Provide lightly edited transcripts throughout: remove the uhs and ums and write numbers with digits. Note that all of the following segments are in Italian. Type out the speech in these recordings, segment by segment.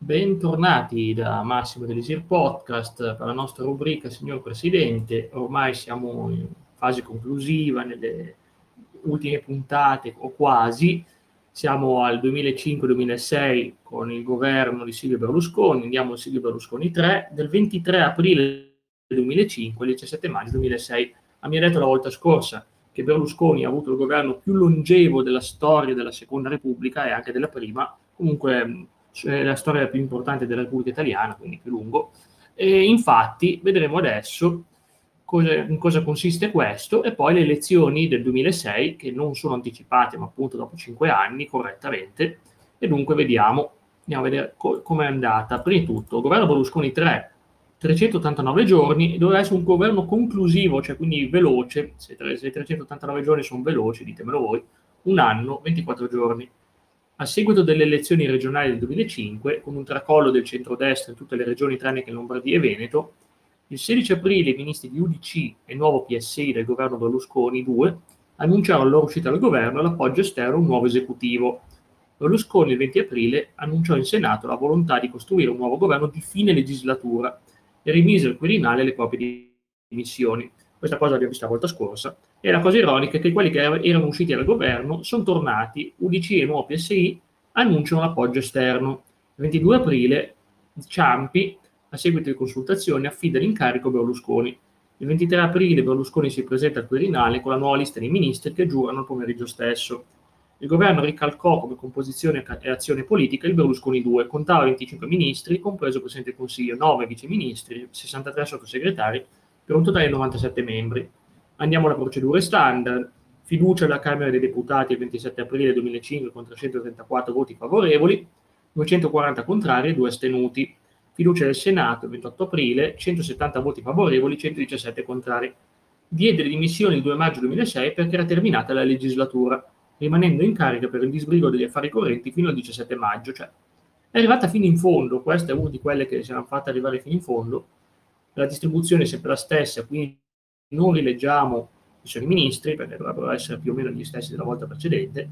Bentornati da Massimo dell'Elisir Podcast per la nostra rubrica Signor Presidente. Ormai siamo in fase conclusiva, nelle ultime puntate o quasi. Siamo al 2005-2006 con il governo di Silvio Berlusconi, andiamo al Silvio Berlusconi 3, del 23 aprile 2005 al 17 maggio 2006. Mi ha detto la volta scorsa che Berlusconi ha avuto il governo più longevo della storia della Seconda Repubblica e anche della Prima, comunque la storia più importante della Repubblica Italiana, quindi più lungo. E infatti vedremo adesso in cosa consiste questo, e poi le elezioni del 2006 che non sono anticipate ma appunto dopo 5 anni correttamente, e dunque andiamo a vedere come è andata. Prima di tutto, governo Berlusconi 3, 389 giorni, doveva essere un governo conclusivo, cioè quindi veloce. Se 389 giorni sono veloci, ditemelo voi. Un anno, 24 giorni. A seguito delle elezioni regionali del 2005, con un tracollo del centrodestra in tutte le regioni tranne che Lombardia e Veneto, il 16 aprile i ministri di UDC e nuovo PSI del governo Berlusconi 2 annunciarono la loro uscita dal governo e l'appoggio esterno a un nuovo esecutivo. Berlusconi il 20 aprile annunciò in Senato la volontà di costruire un nuovo governo di fine legislatura e rimise al Quirinale le proprie dimissioni. Questa cosa l'abbiamo vista la volta scorsa. E la cosa ironica è che quelli che erano usciti dal governo sono tornati. UDC e nuovo PSI annunciano l'appoggio esterno. Il 22 aprile Ciampi, a seguito di consultazioni, affida l'incarico a Berlusconi. Il 23 aprile Berlusconi si presenta al Quirinale con la nuova lista dei ministri che giurano il pomeriggio stesso. Il governo ricalcò come composizione e azione politica il Berlusconi 2, contava 25 ministri, compreso il Presidente del Consiglio, 9 viceministri, 63 sottosegretari, per un totale di 97 membri. Andiamo alla procedura standard. Fiducia alla Camera dei Deputati il 27 aprile 2005 con 334 voti favorevoli, 240 contrari e 2 astenuti. Fiducia del Senato il 28 aprile, 170 voti favorevoli, 117 contrari. Diede le dimissioni il 2 maggio 2006 perché era terminata la legislatura, rimanendo in carica per il disbrigo degli affari correnti fino al 17 maggio. Cioè, è arrivata fino in fondo. Questa è una di quelle che si erano fatte arrivare fino in fondo. La distribuzione è sempre la stessa, quindi non rileggiamo chi sono i ministri, perché dovrebbero essere più o meno gli stessi della volta precedente.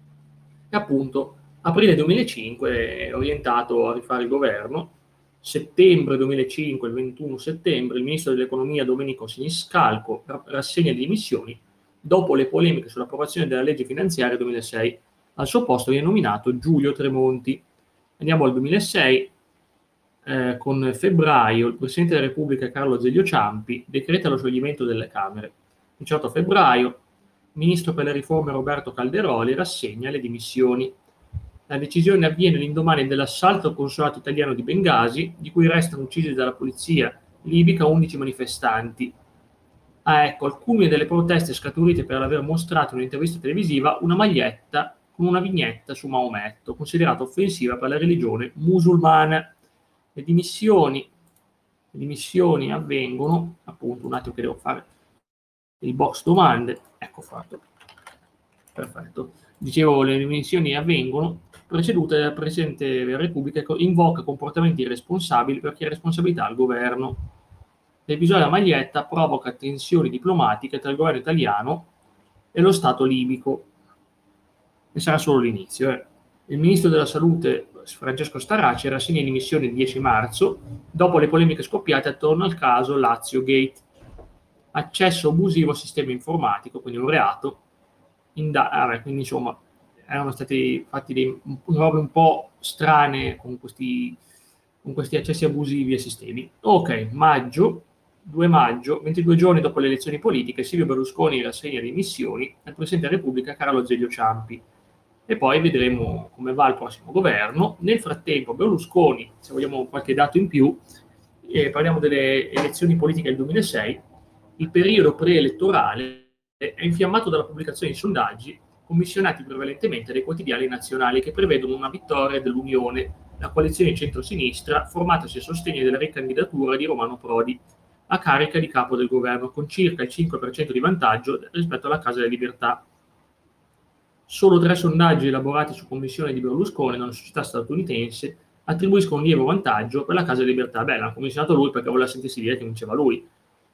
E appunto, aprile 2005 è orientato a rifare il governo. Settembre 2005, il 21 settembre, il ministro dell'economia Domenico Siniscalco rassegna le dimissioni dopo le polemiche sull'approvazione della legge finanziaria 2006. Al suo posto viene nominato Giulio Tremonti. Andiamo al 2006. Con febbraio il Presidente della Repubblica Carlo Azeglio Ciampi decreta lo scioglimento delle Camere. 18 febbraio, Ministro per le riforme Roberto Calderoli rassegna le dimissioni. La decisione avviene l'indomani dell'assalto al consolato italiano di Bengasi, di cui restano uccisi dalla polizia libica 11 manifestanti. Ecco, alcune delle proteste scaturite per aver mostrato in un'intervista televisiva una maglietta con una vignetta su Maometto, considerata offensiva per la religione musulmana. Le dimissioni avvengono, appunto, un attimo che devo fare il box domande, ecco fatto, perfetto. Dicevo, le dimissioni avvengono precedute dal Presidente della Repubblica che invoca comportamenti irresponsabili per chi ha responsabilità al governo. L'episodio della maglietta provoca tensioni diplomatiche tra il governo italiano e lo Stato libico, e sarà solo l'inizio. Il ministro della Salute Francesco Starace rassegna le dimissioni il 10 marzo dopo le polemiche scoppiate attorno al caso Lazio Gate. Accesso abusivo al sistema informatico, quindi un reato. Quindi insomma erano stati fatti delle robe un po' strane con questi accessi abusivi ai sistemi. Ok, 2 maggio, 22 giorni dopo le elezioni politiche, Silvio Berlusconi rassegna le dimissioni al Presidente della Repubblica Carlo Azeglio Ciampi. E poi vedremo come va il prossimo governo. Nel frattempo Berlusconi, se vogliamo qualche dato in più, parliamo delle elezioni politiche del 2006, il periodo preelettorale è infiammato dalla pubblicazione di sondaggi commissionati prevalentemente dai quotidiani nazionali che prevedono una vittoria dell'Unione, la coalizione centro-sinistra formatasi a sostegno della ricandidatura di Romano Prodi a carica di capo del governo, con circa il 5% di vantaggio rispetto alla Casa delle Libertà. Solo 3 sondaggi elaborati su commissione di Berlusconi da una società statunitense attribuiscono un lieve vantaggio per la Casa delle Libertà. L'ha commissionato lui perché voleva sentirsi dire che vinceva lui.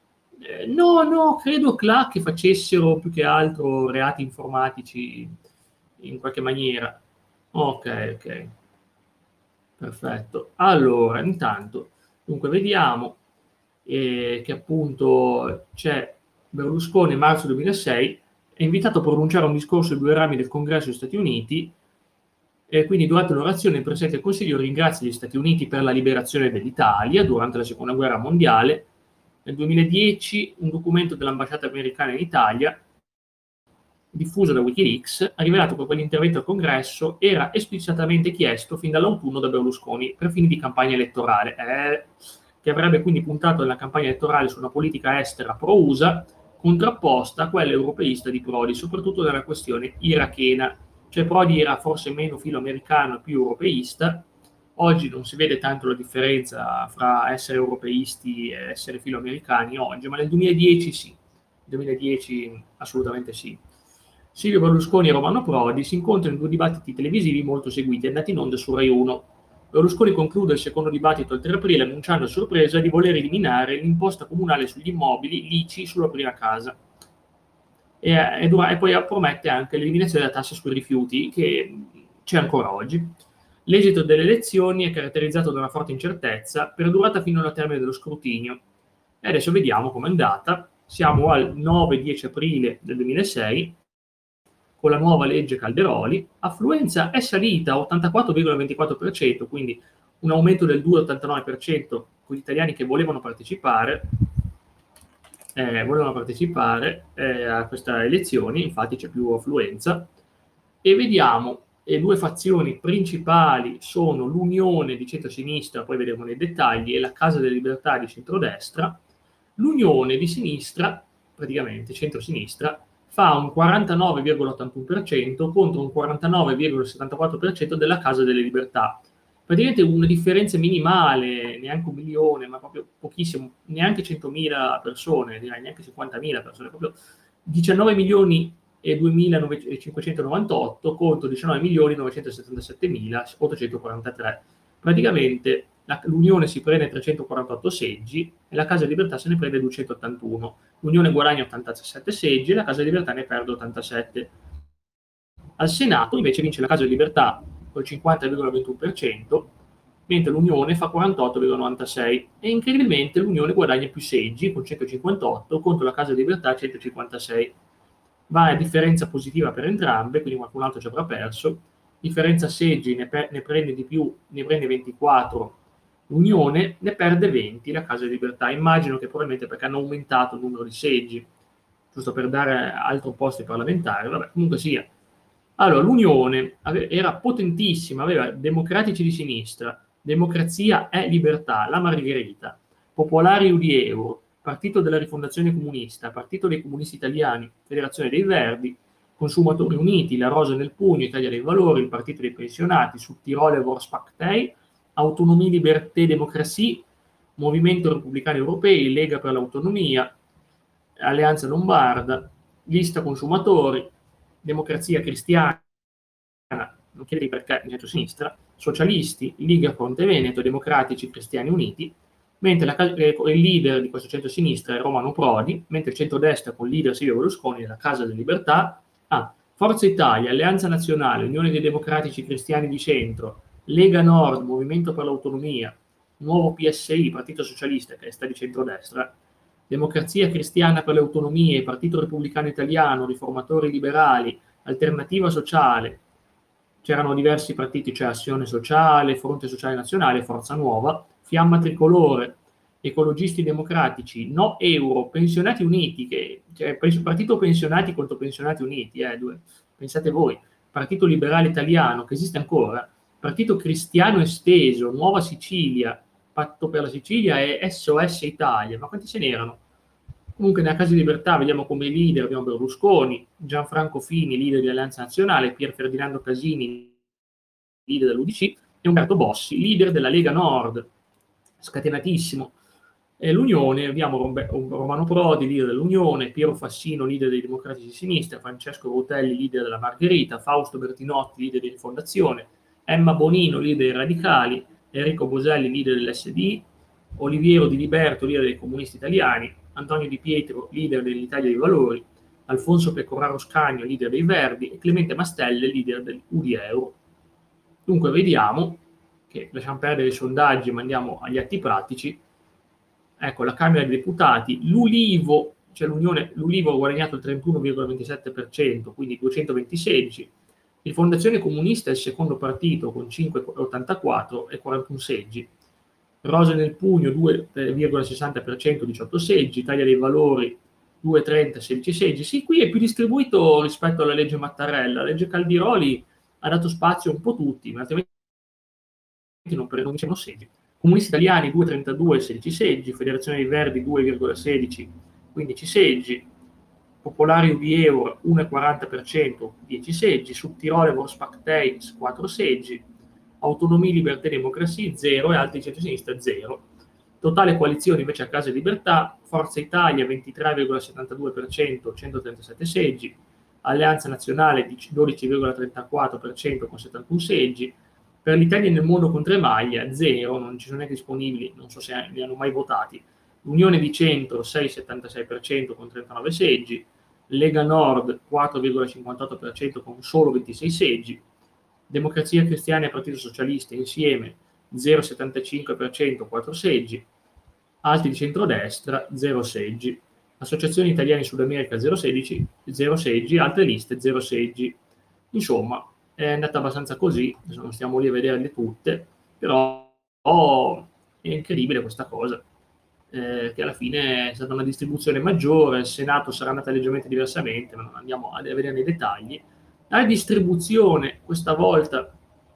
No, credo che facessero più che altro reati informatici in qualche maniera. Ok. Perfetto. Allora, intanto, dunque vediamo che appunto c'è Berlusconi, marzo 2006, è invitato a pronunciare un discorso ai 2 rami del Congresso degli Stati Uniti, e quindi durante l'orazione il Presidente del Consiglio ringrazia gli Stati Uniti per la liberazione dell'Italia durante la Seconda Guerra Mondiale. Nel 2010 un documento dell'ambasciata americana in Italia, diffuso da Wikileaks, ha rivelato che quell'intervento al Congresso era esplicitamente chiesto fin dall'autunno da Berlusconi per fini di campagna elettorale, che avrebbe quindi puntato nella campagna elettorale su una politica estera pro-USA contrapposta a quella europeista di Prodi, soprattutto nella questione irachena. Cioè Prodi era forse meno filo-americano e più europeista. Oggi non si vede tanto la differenza fra essere europeisti e essere filo-americani oggi, ma nel 2010 sì. Nel 2010 assolutamente sì. Silvio Berlusconi e Romano Prodi si incontrano in 2 dibattiti televisivi molto seguiti, andati in onda su Rai 1. Berlusconi conclude il secondo dibattito il 3 aprile annunciando a sorpresa di voler eliminare l'imposta comunale sugli immobili, l'ICI, sulla prima casa. E poi promette anche l'eliminazione della tassa sui rifiuti, che c'è ancora oggi. L'esito delle elezioni è caratterizzato da una forte incertezza, perdurata fino al termine dello scrutinio. E adesso vediamo com'è andata. Siamo al 9-10 aprile del 2006, con la nuova legge Calderoli, affluenza è salita a 84,24%, quindi un aumento del 2,89% con gli italiani che volevano partecipare a queste elezioni, infatti c'è più affluenza. E vediamo, le 2 fazioni principali sono l'Unione di centro-sinistra, poi vedremo nei dettagli, e la Casa delle Libertà di centrodestra. L'Unione di sinistra, praticamente centro-sinistra, fa un 49,81% contro un 49,74% della Casa delle Libertà. Praticamente una differenza minimale, neanche 1 milione, ma proprio pochissimo, neanche 100.000 persone, direi neanche 50.000 persone, proprio 19 milioni e 2.598 contro 19 milioni 977.843. Praticamente l'Unione si prende 348 seggi e la Casa Libertà se ne prende 281. L'Unione guadagna 87 seggi e la Casa Libertà ne perde 87. Al Senato invece vince la Casa Libertà col 50,21%, mentre l'Unione fa 48,96 e incredibilmente l'Unione guadagna più seggi con 158 contro la Casa Libertà 156. Va a differenza positiva per entrambe, quindi qualcun altro ci avrà perso. Differenza seggi, ne prende di più, ne prende 24 l'Unione, ne perde 20 la Casa Libertà. Immagino che probabilmente perché hanno aumentato il numero di seggi, giusto per dare altro posto ai parlamentari, vabbè, comunque sia. Allora, l'Unione era potentissima, aveva democratici di sinistra, Democrazia e Libertà, la Margherita, Popolari Udi Euro, Partito della Rifondazione Comunista, Partito dei Comunisti Italiani, Federazione dei Verdi, Consumatori Uniti, La Rosa nel Pugno, Italia dei Valori, il Partito dei Pensionati, Südtirole Volkspartei, Autonomie Liberté Democratie, Movimento Repubblicano Europei, Lega per l'Autonomia, Alleanza Lombarda, Lista Consumatori, Democrazia Cristiana, non chiedete perché, in centro-sinistra, Socialisti, Liga Fronte Veneto, Democratici Cristiani Uniti, mentre il leader di questo centro-sinistra è Romano Prodi, mentre il centrodestra con il leader Silvio Berlusconi della Casa delle Libertà, Forza Italia, Alleanza Nazionale, Unione dei Democratici Cristiani di Centro, Lega Nord, Movimento per l'Autonomia, Nuovo PSI, Partito Socialista, che sta di centrodestra, Democrazia Cristiana per le Autonomie, Partito Repubblicano Italiano, Riformatori Liberali, Alternativa Sociale, c'erano diversi partiti, cioè Azione Sociale, Fronte Sociale Nazionale, Forza Nuova, Fiamma Tricolore, Ecologisti Democratici, No Euro, Pensionati Uniti, cioè Partito Pensionati contro Pensionati Uniti, pensate voi, Partito Liberale Italiano, che esiste ancora, Partito Cristiano Esteso, Nuova Sicilia, Patto per la Sicilia e SOS Italia, ma quanti ce n'erano? Comunque nella Casa di Libertà vediamo come leader abbiamo Berlusconi, Gianfranco Fini, leader di Alleanza Nazionale, Pier Ferdinando Casini, leader dell'UDC, e Umberto Bossi, leader della Lega Nord, scatenatissimo. E l'Unione abbiamo Romano Prodi, leader dell'Unione, Piero Fassino, leader dei Democratici di Sinistra, Francesco Rutelli, leader della Margherita, Fausto Bertinotti, leader di Rifondazione, Emma Bonino, leader dei Radicali, Enrico Boselli, leader dell'SD, Oliviero Di Liberto, leader dei Comunisti Italiani, Antonio Di Pietro, leader dell'Italia dei Valori, Alfonso Pecoraro Scagno, leader dei Verdi, e Clemente Mastelle, leader dell'Udi Euro. Dunque vediamo che lasciamo perdere i sondaggi ma andiamo agli atti pratici. Ecco, la Camera dei Deputati, l'Ulivo, cioè l'Ulivo ha guadagnato il 31,27%, quindi 220 seggi. Il Fondazione Comunista è il secondo partito con 5,84 e 41 seggi. Rosa nel Pugno 2,60%, 18 seggi. Italia dei Valori 2,30, 16 seggi. Sì, qui è più distribuito rispetto alla legge Mattarella. La legge Caldiroli ha dato spazio a un po' tutti, ma altrimenti non vincevano seggi. Comunisti Italiani 2,32, 16 seggi, Federazione dei Verdi 2,16, 15 seggi, Popolari UDI-Euro 1,40%, 10 seggi, Subtirole Volkspartei 4 seggi, Autonomia, Libertà e Democrazia 0 e altri di centro-sinistra 0. Totale coalizione invece a Casa e Libertà, Forza Italia 23,72%, 137 seggi, Alleanza Nazionale 12,34% con 71 seggi, per l'Italia nel mondo con Tremaglia 0, non ci sono neanche disponibili, non so se li hanno mai votati. L'Unione di Centro 6,76% con 39 seggi, Lega Nord 4,58% con solo 26 seggi, Democrazia Cristiana e Partito Socialista insieme 0,75%, 4 seggi, altri di centrodestra 0 seggi, Associazioni Italiane in Sud America 0 seggi, altre liste 0 seggi. Insomma, è andata abbastanza così, adesso non stiamo lì a vederle tutte, però è incredibile questa cosa, che alla fine è stata una distribuzione maggiore, il Senato sarà andata leggermente diversamente, ma non andiamo a vedere nei dettagli. La distribuzione questa volta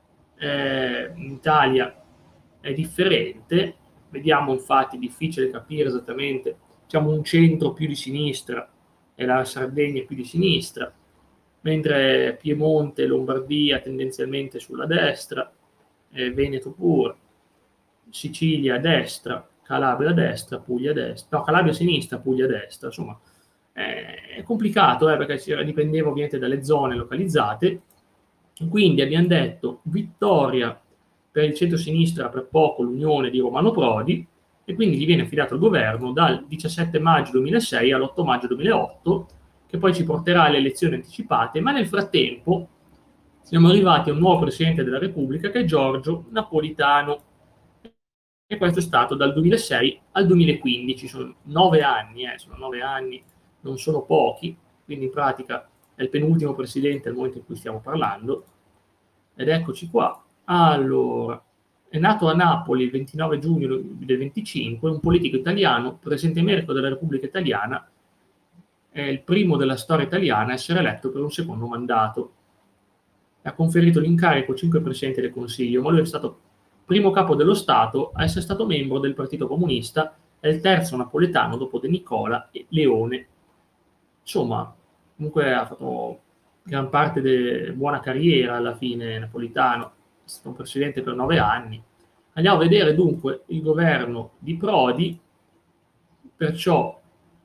in Italia è differente, vediamo infatti, è difficile capire esattamente, diciamo un centro più di sinistra e la Sardegna più di sinistra, mentre Piemonte e Lombardia tendenzialmente sulla destra, Veneto pure, Sicilia a destra, Calabria a destra, Puglia a destra, no, Calabria a sinistra, Puglia a destra, insomma è complicato perché dipendeva ovviamente dalle zone localizzate, quindi abbiamo detto vittoria per il centro-sinistra per poco l'unione di Romano Prodi e quindi gli viene affidato il governo dal 17 maggio 2006 all'8 maggio 2008, che poi ci porterà alle elezioni anticipate, ma nel frattempo siamo arrivati a un nuovo Presidente della Repubblica che è Giorgio Napolitano, e questo è stato dal 2006 al 2015, sono 9 anni, non sono pochi, quindi in pratica è il penultimo Presidente al momento in cui stiamo parlando, ed eccoci qua. Allora, è nato a Napoli il 29 giugno del 25, un politico italiano, Presidente emerito della Repubblica Italiana, è il primo della storia italiana a essere eletto per un secondo mandato. Ha conferito l'incarico a 5 Presidenti del Consiglio, ma lui è stato primo capo dello Stato a essere stato membro del Partito Comunista, è il terzo napoletano dopo De Nicola e Leone. Insomma, comunque ha fatto gran parte della buona carriera alla fine Napolitano, è stato un presidente per 9 anni. Andiamo a vedere dunque il governo di Prodi, perciò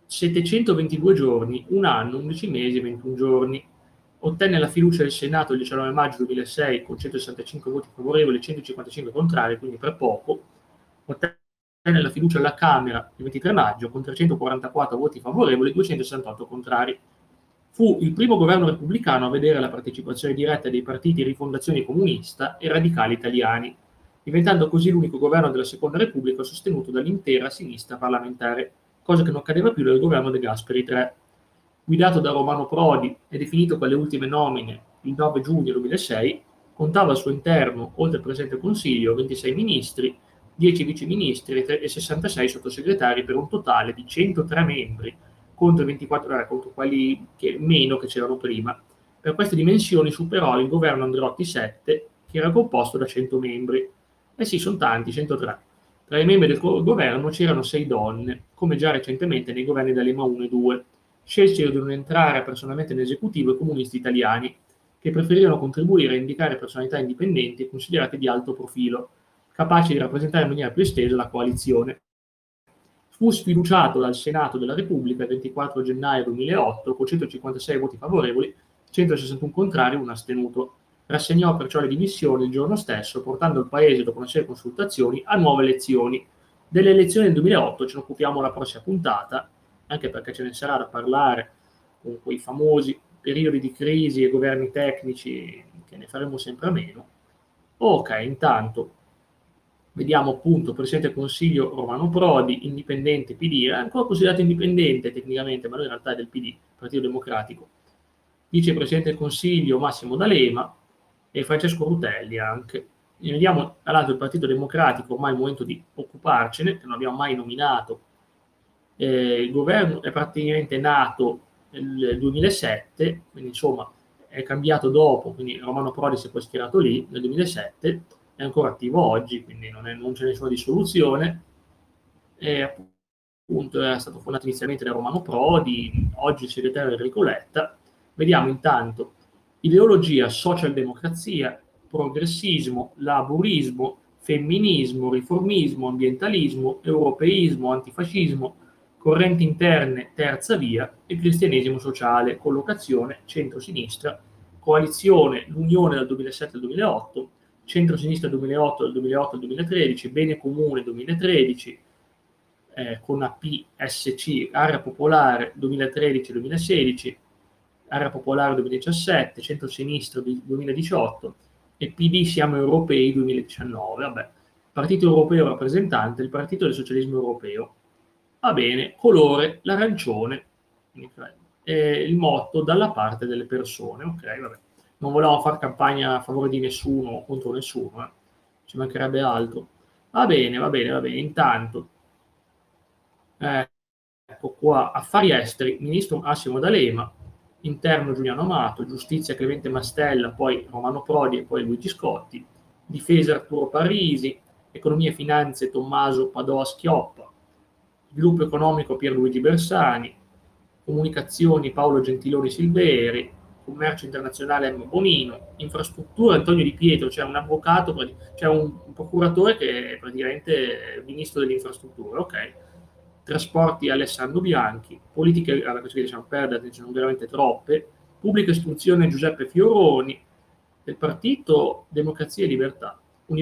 722 giorni, un anno, 11 mesi, 21 giorni. Ottenne la fiducia del Senato il 19 maggio 2006 con 165 voti favorevoli e 155 contrari, quindi per poco. Ottenne la fiducia alla Camera il 23 maggio con 344 voti favorevoli e 268 contrari. Fu il primo governo repubblicano a vedere la partecipazione diretta dei partiti Rifondazione Comunista e Radicali Italiani, diventando così l'unico governo della Seconda Repubblica sostenuto dall'intera sinistra parlamentare, cosa che non accadeva più nel governo De Gasperi III. Guidato da Romano Prodi e definito con le ultime nomine il 9 giugno 2006, contava al suo interno, oltre al Presidente del Consiglio, 26 ministri, 10 viceministri e 66 sottosegretari per un totale di 103 membri, contro 24 contro quelli meno che c'erano prima. Per queste dimensioni superò il governo Andreotti 7, che era composto da 100 membri. Eh sì, sono tanti, 103. Tra i membri del governo c'erano 6 donne, come già recentemente nei governi D'Alema 1 e 2. Scelsero di non entrare personalmente nell'esecutivo i comunisti italiani, che preferirono contribuire a indicare personalità indipendenti e considerate di alto profilo, capaci di rappresentare in maniera più estesa la coalizione. Fu sfiduciato dal Senato della Repubblica il 24 gennaio 2008 con 156 voti favorevoli, 161 contrari e un astenuto. Rassegnò perciò le dimissioni il giorno stesso, portando il Paese, dopo una serie di consultazioni, a nuove elezioni. Delle elezioni del 2008 ce ne occupiamo alla prossima puntata, anche perché ce ne sarà da parlare con quei famosi periodi di crisi e governi tecnici che ne faremo sempre a meno. Ok, intanto vediamo appunto Presidente del Consiglio Romano Prodi, indipendente PD, è ancora considerato indipendente tecnicamente, ma lui in realtà è del PD, Partito Democratico. Vicepresidente del Consiglio Massimo D'Alema e Francesco Rutelli anche. E vediamo dall'altro il Partito Democratico, ormai è il momento di occuparcene, che non abbiamo mai nominato. Il governo è praticamente nato nel 2007, quindi insomma è cambiato dopo, quindi Romano Prodi si è poi schierato lì nel 2007, è ancora attivo oggi, quindi non c'è nessuna dissoluzione. E appunto è stato fondato inizialmente da Romano Prodi, oggi il segretario Enrico Letta. Vediamo intanto ideologia, socialdemocrazia, progressismo, laburismo, femminismo, riformismo, ambientalismo, europeismo, antifascismo, correnti interne, terza via e cristianesimo sociale, collocazione, centro-sinistra, coalizione, l'Unione dal 2007 al 2008, centro-sinistra 2008 dal 2008 al 2013, bene comune 2013, con APSC, Area Popolare 2013-2016, Area Popolare 2017, Centro-Sinistra 2018 e PD Siamo Europei 2019. Vabbè, Partito Europeo rappresentante, il Partito del Socialismo Europeo. Va bene, colore l'arancione, il motto dalla parte delle persone. Ok, vabbè. Non volevamo fare campagna a favore di nessuno o contro nessuno, ci mancherebbe altro. Va bene, va bene, va bene. Intanto, ecco qua, affari esteri, ministro Massimo D'Alema, interno Giuliano Amato, giustizia Clemente Mastella, poi Romano Prodi e poi Luigi Scotti, difesa Arturo Parisi, economia e finanze Tommaso Padoa Schioppa, sviluppo economico Pierluigi Bersani, comunicazioni Paolo Gentiloni Silveri, commercio internazionale Emma Bonino, infrastruttura Antonio Di Pietro, cioè un avvocato, cioè un procuratore che è praticamente ministro delle infrastrutture, ok? Trasporti Alessandro Bianchi, politiche, allora questo diciamo perdere, ce ne sono veramente troppe, pubblica istruzione Giuseppe Fioroni, del partito Democrazia e Libertà,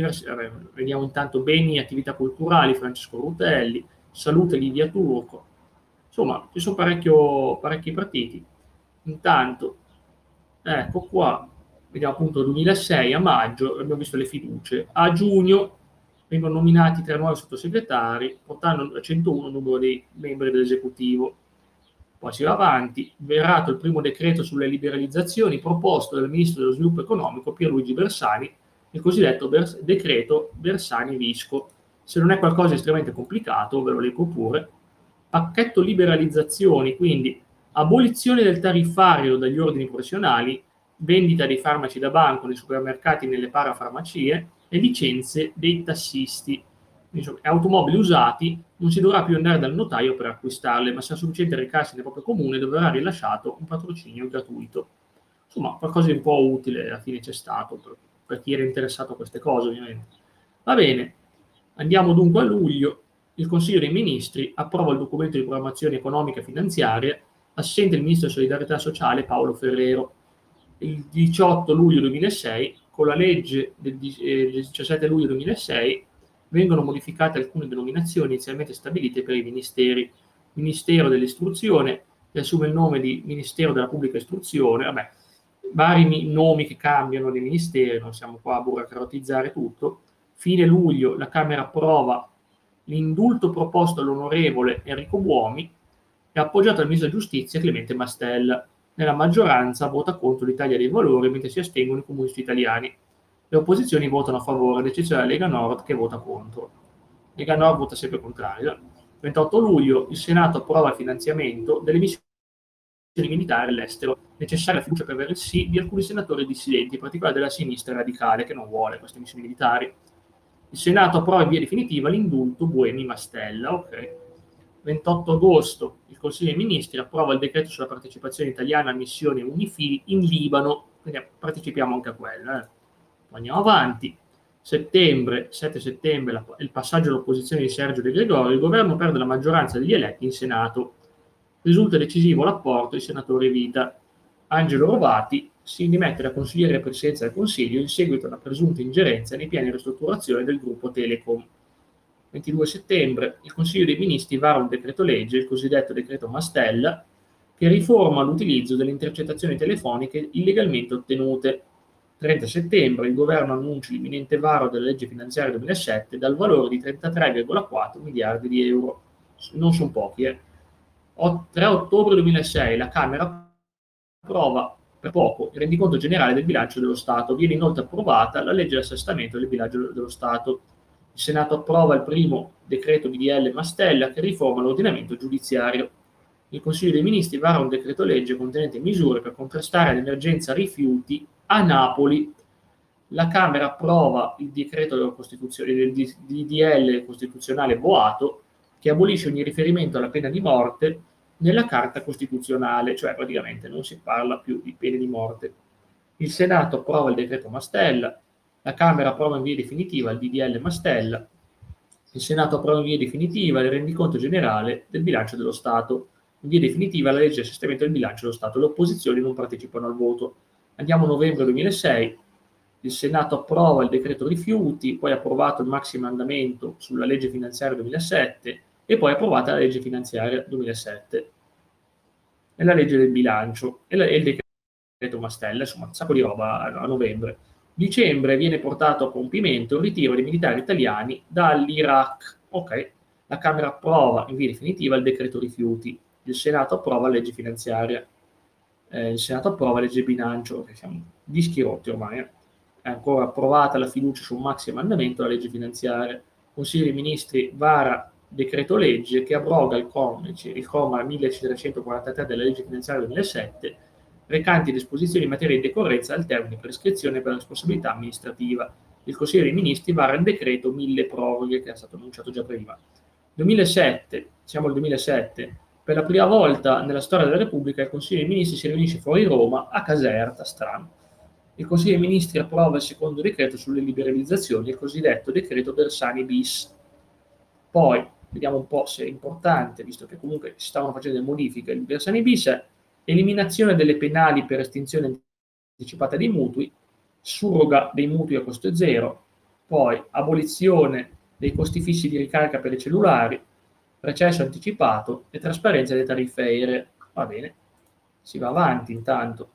vediamo intanto beni e attività culturali Francesco Rutelli, salute Livia Turco, insomma ci sono parecchi partiti. Intanto, ecco qua, vediamo appunto 2006 a maggio, abbiamo visto le fiducie, a giugno vengono nominati 3 nuovi sottosegretari, portando a 101 il numero dei membri dell'esecutivo. Poi si va avanti, varato il primo decreto sulle liberalizzazioni proposto dal ministro dello sviluppo economico Pierluigi Bersani, il cosiddetto decreto Bersani-Visco. Se non è qualcosa di estremamente complicato, ve lo leggo pure. Pacchetto liberalizzazioni, quindi abolizione del tariffario dagli ordini professionali, vendita dei farmaci da banco nei supermercati e nelle parafarmacie e licenze dei tassisti. Quindi, automobili usati non si dovrà più andare dal notaio per acquistarle, ma sarà sufficiente recarsi nel proprio comune dove verrà rilasciato un patrocinio gratuito. Insomma, qualcosa di un po' utile alla fine c'è stato per chi era interessato a queste cose, ovviamente. Va bene, andiamo dunque a luglio. Il Consiglio dei Ministri approva il documento di programmazione economica e finanziaria, assente il Ministro della Solidarietà Sociale Paolo Ferrero. Il 18 luglio 2006, con la legge del 17 luglio 2006, vengono modificate alcune denominazioni inizialmente stabilite per i ministeri. Ministero dell'Istruzione, che assume il nome di Ministero della Pubblica Istruzione, vabbè, vari nomi che cambiano dei ministeri, non siamo qua a burocratizzare tutto. Fine luglio la Camera approva l'indulto proposto all'onorevole Enrico Buomi e appoggiato dal ministro della Giustizia Clemente Mastella. Nella maggioranza vota contro l'Italia dei Valori, mentre si astengono i comunisti italiani. Le opposizioni votano a favore, ad eccezione della Lega Nord che vota contro. Lega Nord vota sempre contrario. 28 luglio il Senato approva il finanziamento delle missioni militari all'estero, necessaria la fiducia per avere il sì di alcuni senatori dissidenti, in particolare della sinistra radicale, che non vuole queste missioni militari. Il Senato approva in via definitiva l'indulto Buemi-Mastella. Ok. 28 agosto il Consiglio dei Ministri approva il decreto sulla partecipazione italiana a missioni UNIFIL in Libano, quindi partecipiamo anche a quella. Poi andiamo avanti. 7 settembre, il passaggio all'opposizione di Sergio De Gregorio, il governo perde la maggioranza degli eletti in Senato. Risulta decisivo l'apporto dei senatori vita. Angelo Rovati si dimette da consigliere della presidenza del Consiglio in seguito a una presunta ingerenza nei piani di ristrutturazione del gruppo Telecom. 22 settembre il Consiglio dei Ministri vara un decreto legge, il cosiddetto decreto Mastella, che riforma l'utilizzo delle intercettazioni telefoniche illegalmente ottenute. 30 settembre il governo annuncia l'imminente varo della legge finanziaria 2007 dal valore di 33,4 miliardi di euro. Non sono pochi, 3 ottobre 2006 la Camera approva per poco il rendiconto generale del bilancio dello Stato. Viene inoltre approvata la legge di assestamento del bilancio dello Stato. Il Senato approva il primo decreto BDL Mastella che riforma l'ordinamento giudiziario. Il Consiglio dei Ministri vara un decreto legge contenente misure per contrastare l'emergenza rifiuti a Napoli. La Camera approva il decreto della Costituzione, del DDL costituzionale Boato, che abolisce ogni riferimento alla pena di morte nella Carta Costituzionale, cioè praticamente non si parla più di pene di morte. Il Senato approva il decreto Mastella, la Camera approva in via definitiva il DDL Mastella, il Senato approva in via definitiva il rendiconto generale del bilancio dello Stato, in via definitiva la legge di assestamento del bilancio dello Stato. Le opposizioni non partecipano al voto. Andiamo a novembre 2006, il Senato approva il decreto rifiuti, poi ha approvato il maximandamento sulla legge finanziaria 2007 e poi approvata la legge finanziaria 2007 e la legge del bilancio e il decreto Mastella, insomma un sacco di roba a novembre. Dicembre viene portato a compimento il ritiro dei militari italiani dall'Iraq. Ok, la Camera approva in via definitiva il decreto rifiuti, il Senato approva la legge finanziaria, il Senato approva la legge bilancio, che siamo dischi rotti ormai. È ancora approvata la fiducia sul maxi emendamento alla legge finanziaria. Consiglio dei Ministri vara decreto legge che abroga il comma 1343 della legge finanziaria 2007 recanti disposizioni in materia di decorrenza del termine di prescrizione per la responsabilità amministrativa. Il Consiglio dei Ministri vara il decreto 1000 proroghe che è stato annunciato già prima. 2007, siamo al 2007, per la prima volta nella storia della Repubblica il Consiglio dei Ministri si riunisce fuori Roma a Caserta, strano. Il Consiglio dei Ministri approva il secondo decreto sulle liberalizzazioni, il cosiddetto decreto Bersani bis. Poi, vediamo un po' se è importante, visto che comunque si stavano facendo delle modifiche. Il Bersani bis è eliminazione delle penali per estinzione anticipata dei mutui, surroga dei mutui a costo zero, poi abolizione dei costi fissi di ricarica per i cellulari, recesso anticipato e trasparenza delle tariffe aeree. Va bene, si va avanti intanto.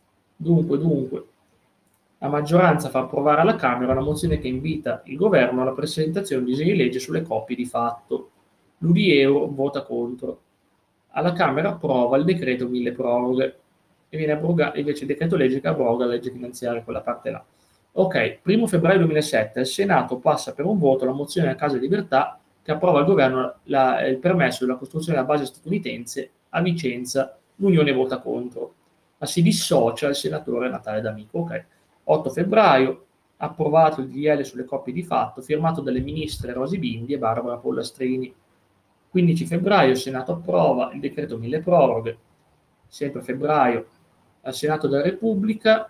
Dunque, la maggioranza fa approvare alla Camera una mozione che invita il governo alla presentazione di un disegno di legge sulle coppie di fatto. L'Udiero vota contro. Alla Camera approva il decreto 1000 proroghe e viene abrogato invece il decreto legge che abroga la legge finanziaria, quella parte là. Ok, 1 febbraio 2007 il Senato passa per un voto la mozione a Casa Libertà che approva al governo il permesso della costruzione della base statunitense a Vicenza. L'Unione vota contro. Ma si dissocia il senatore Natale D'Amico. Ok. 8 febbraio, approvato il DL sulle coppie di fatto, firmato dalle ministre Rosy Bindi e Barbara Pollastrini. 15 febbraio il Senato approva il decreto 1000 proroghe. Sempre febbraio, al Senato della Repubblica,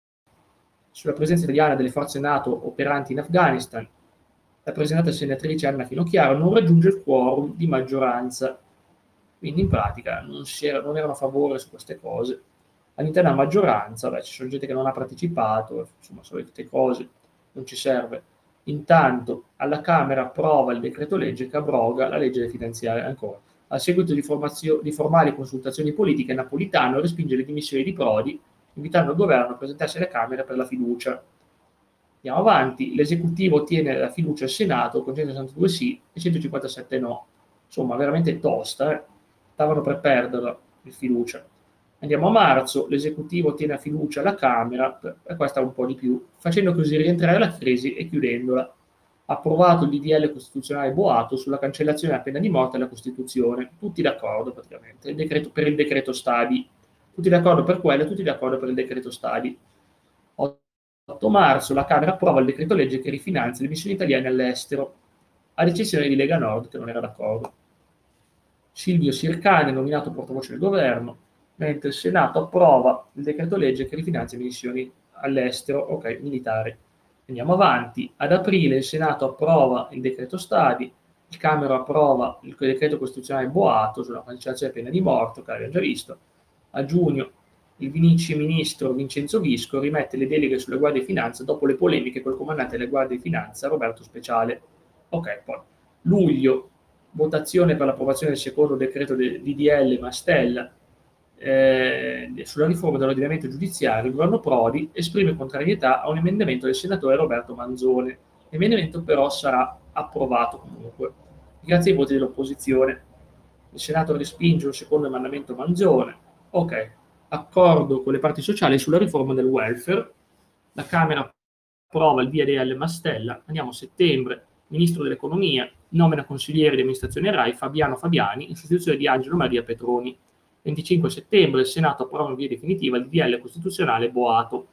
sulla presenza italiana delle forze NATO operanti in Afghanistan, la presentata senatrice Anna Finocchiaro non raggiunge il quorum di maggioranza. Quindi in pratica non erano a favore su queste cose. All'interno della maggioranza, ci sono gente che non ha partecipato, insomma, solite cose, non ci serve. Intanto alla Camera approva il decreto legge che abroga la legge finanziaria ancora. A seguito di formali consultazioni politiche, Napolitano respinge le dimissioni di Prodi, invitando il governo a presentarsi alla Camera per la fiducia. Andiamo avanti, l'esecutivo ottiene la fiducia al Senato con 162 sì e 157 no. Insomma, veramente tosta, stavano per perderla il fiducia. Andiamo a marzo, l'esecutivo ottiene la fiducia alla Camera, e questa un po' di più, facendo così rientrare la crisi e chiudendola. Approvato il DDL costituzionale Boato sulla cancellazione della pena di morte alla Costituzione. Tutti d'accordo praticamente, per il decreto Stadi. Tutti d'accordo per quello, tutti d'accordo per il decreto Stadi. 8 marzo la Camera approva il decreto legge che rifinanzia le missioni italiane all'estero, ad eccezione di Lega Nord che non era d'accordo. Silvio Sircani è nominato portavoce del governo, mentre il Senato approva il decreto legge che rifinanzia le missioni all'estero, ok, militari. Andiamo avanti. Ad aprile il Senato approva il decreto Stadi, il Camera approva il decreto costituzionale Boato sulla cancellazione della pena di morte, che abbiamo già visto. A giugno il vice ministro Vincenzo Visco rimette le deleghe sulle guardie di finanza dopo le polemiche col comandante delle guardie di finanza Roberto Speciale. Ok, poi luglio, votazione per l'approvazione del secondo decreto di DDL Mastella, sulla riforma dell'ordinamento giudiziario, il governo Prodi esprime contrarietà a un emendamento del senatore Roberto Manzone. L'emendamento però sarà approvato comunque, grazie ai voti dell'opposizione. Il Senato respinge un secondo emendamento Manzone. Ok, accordo con le parti sociali sulla riforma del welfare. La Camera approva il VDL Mastella. Andiamo a settembre. Ministro dell'Economia nomina consigliere di amministrazione RAI Fabiano Fabiani in sostituzione di Angelo Maria Petroni. 25 settembre il Senato approva in via definitiva il DL costituzionale Boato.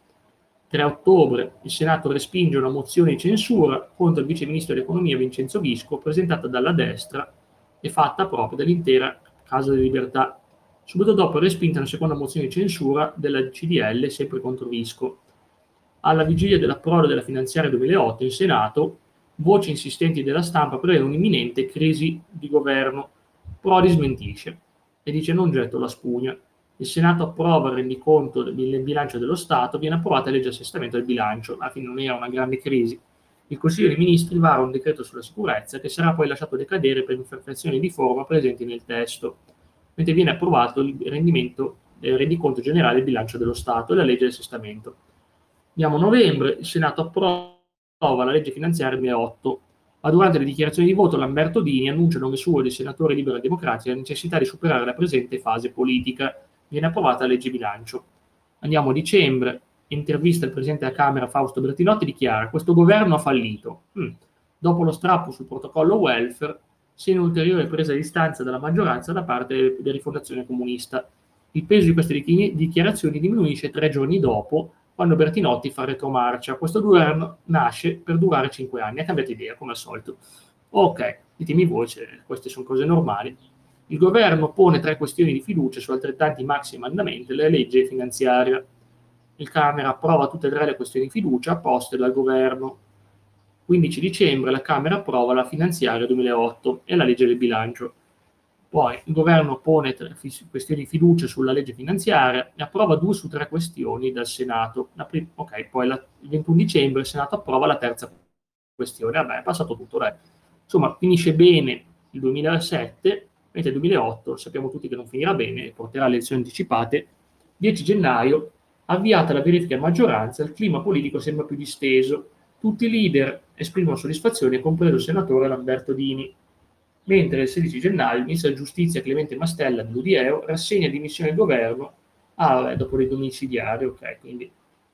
3 ottobre il Senato respinge una mozione di censura contro il vice ministro dell'Economia Vincenzo Visco presentata dalla destra e fatta proprio dall'intera Casa delle Libertà. Subito dopo è respinta una seconda mozione di censura della CDL sempre contro Visco. Alla vigilia dell'approdo della finanziaria 2008 in Senato, voci insistenti della stampa prevedono un'imminente crisi di governo. Prodi smentisce e dice non getto la spugna. Il Senato approva il rendiconto del bilancio dello Stato, viene approvata la legge di assestamento del bilancio. Alla fine non era una grande crisi. Il Consiglio dei Ministri vara un decreto sulla sicurezza che sarà poi lasciato decadere per imperfezioni di forma presenti nel testo, mentre viene approvato il rendiconto generale del bilancio dello Stato e la legge di assestamento. Andiamo a novembre, il Senato approva la legge finanziaria 2008, ma durante le dichiarazioni di voto Lamberto Dini annuncia a nome suo e dei senatori libero e democratici la necessità di superare la presente fase politica. Viene approvata la legge bilancio. Andiamo a dicembre, intervista il Presidente della Camera Fausto Bertinotti dichiara questo governo ha fallito. Dopo lo strappo sul protocollo welfare, segna un'ulteriore presa di distanza dalla maggioranza da parte della rifondazione comunista. Il peso di queste dichiarazioni diminuisce 3 giorni dopo, quando Bertinotti fa retromarcia. Questo governo nasce per durare 5 anni. Ha cambiato idea, come al solito. Ok, ditemi voi se queste sono cose normali. Il governo pone 3 questioni di fiducia su altrettanti maxi emendamenti della legge finanziaria. Il Camera approva tutte e 3 le questioni di fiducia poste dal governo. 15 dicembre la Camera approva la finanziaria 2008 e la legge del bilancio. Poi il governo pone 3 questioni di fiducia sulla legge finanziaria e approva 2 su 3 questioni dal Senato. Poi il 21 dicembre il Senato approva la terza questione. Vabbè, è passato tutto. Dai. Insomma, finisce bene il 2007, mentre il 2008 sappiamo tutti che non finirà bene e porterà a elezioni anticipate. 10 gennaio, avviata la verifica a maggioranza, il clima politico sembra più disteso. Tutti i leader esprimono soddisfazione, compreso il senatore Lamberto Dini. Mentre il 16 gennaio il ministro della giustizia Clemente Mastella dell'UDEO rassegna dimissioni al governo dopo dei domiciliari. Ok, quindi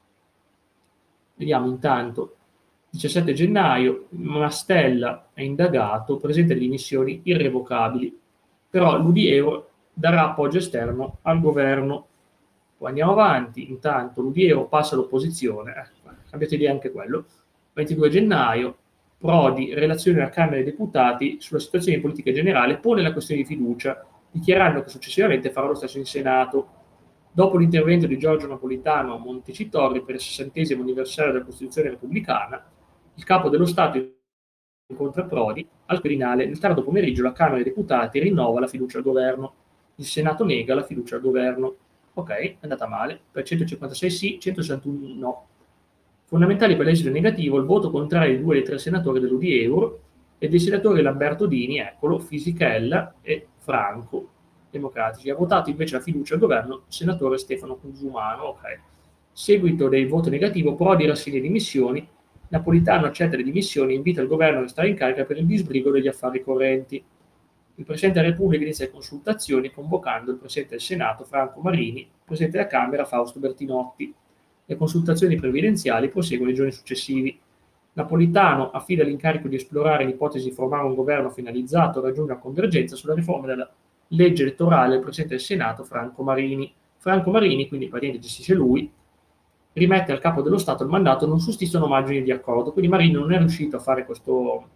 vediamo intanto. 17 gennaio Mastella è indagato, presenta le dimissioni irrevocabili, però l'UDEO darà appoggio esterno al governo. Poi andiamo avanti, intanto l'UDEO passa all'opposizione, cambiate idea anche quello. 22 gennaio Prodi, relazione alla Camera dei Deputati sulla situazione di politica generale, pone la questione di fiducia, dichiarando che successivamente farà lo stesso in Senato. Dopo l'intervento di Giorgio Napolitano a Montecitorio per il 60° anniversario della Costituzione repubblicana, il Capo dello Stato incontra Prodi al Quirinale. Nel tardo pomeriggio la Camera dei Deputati rinnova la fiducia al governo. Il Senato nega la fiducia al governo. Ok, è andata male, per 156 sì, 161 no. Fondamentali per l'esito negativo il voto contrario di 2 dei 3 senatori dell'UDEUR e dei senatori Lamberto Dini, eccolo, Fisichella e Franco, democratici. Ha votato invece la fiducia al governo il senatore Stefano Cusumano. Ok. Seguito del voto negativo, Prodi rassegna dimissioni, Napolitano accetta le dimissioni e invita il governo a restare in carica per il disbrigo degli affari correnti. Il Presidente della Repubblica inizia le consultazioni convocando il Presidente del Senato Franco Marini, il Presidente della Camera Fausto Bertinotti. Le consultazioni previdenziali proseguono nei giorni successivi. Napolitano affida l'incarico di esplorare l'ipotesi di formare un governo finalizzato a raggiungere una convergenza sulla riforma della legge elettorale del Presidente del Senato Franco Marini. Franco Marini, quindi praticamente gestisce lui, rimette al Capo dello Stato il mandato, non sussistono margini di accordo, quindi Marini non è riuscito a fare questo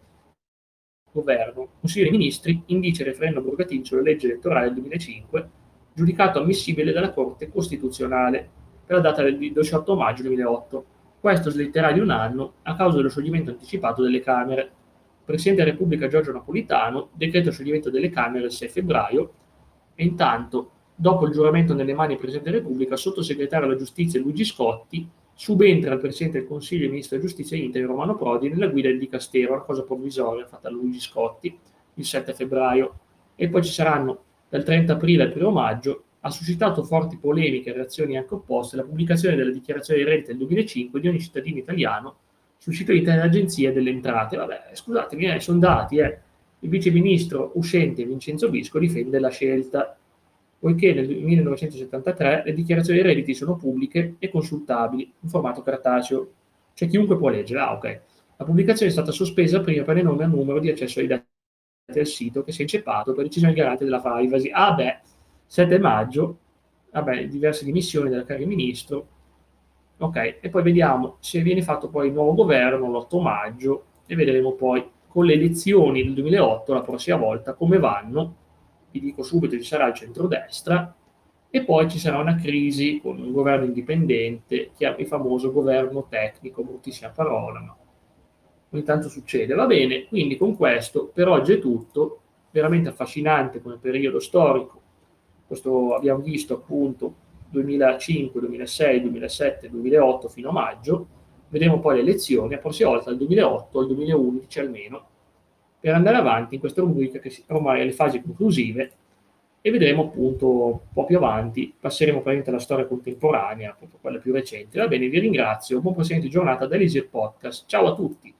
governo. Il Consiglio dei Ministri indice il referendum abrogativo sulla legge elettorale del 2005, giudicato ammissibile dalla Corte Costituzionale per la data del 18 maggio 2008. Questo slitterà di un anno a causa dello scioglimento anticipato delle Camere. Il Presidente della Repubblica Giorgio Napolitano decreta lo scioglimento delle Camere il 6 febbraio e intanto, dopo il giuramento nelle mani del Presidente della Repubblica, il sottosegretario alla Giustizia Luigi Scotti subentra al Presidente del Consiglio e Ministro della Giustizia interim Romano Prodi nella guida del Dicastero, una cosa provvisoria fatta da Luigi Scotti il 7 febbraio. E poi ci saranno dal 30 aprile al 1 maggio ha suscitato forti polemiche e reazioni anche opposte la pubblicazione della dichiarazione dei redditi del 2005 di ogni cittadino italiano sul sito internet dell'Agenzia delle Entrate. Vabbè, scusatemi, sono dati, Il viceministro uscente Vincenzo Visco difende la scelta, poiché nel 1973 le dichiarazioni dei redditi sono pubbliche e consultabili in formato cartaceo, cioè chiunque può leggere. Ah, ok. La pubblicazione è stata sospesa prima per enorme numero di accesso ai dati del sito che si è inceppato per decisione del garante della privacy. 7 maggio, diverse dimissioni del caro ministro. Ok, e poi vediamo se viene fatto poi il nuovo governo l'8 maggio e vedremo poi con le elezioni del 2008, la prossima volta, come vanno. Vi dico subito, ci sarà il centrodestra e poi ci sarà una crisi con un governo indipendente, il famoso governo tecnico, bruttissima parola, ma ogni tanto succede. Va bene, quindi con questo per oggi è tutto, veramente affascinante come periodo storico. Questo abbiamo visto appunto 2005, 2006, 2007, 2008 fino a maggio, vedremo poi le elezioni, la prossima volta dal 2008 al 2011 almeno, per andare avanti in questa rubrica che ormai è alle fasi conclusive e vedremo appunto un po' più avanti, passeremo praticamente alla storia contemporanea, appunto quella più recente. Va bene, vi ringrazio, buon proseguimento di giornata da Elisir Podcast, ciao a tutti!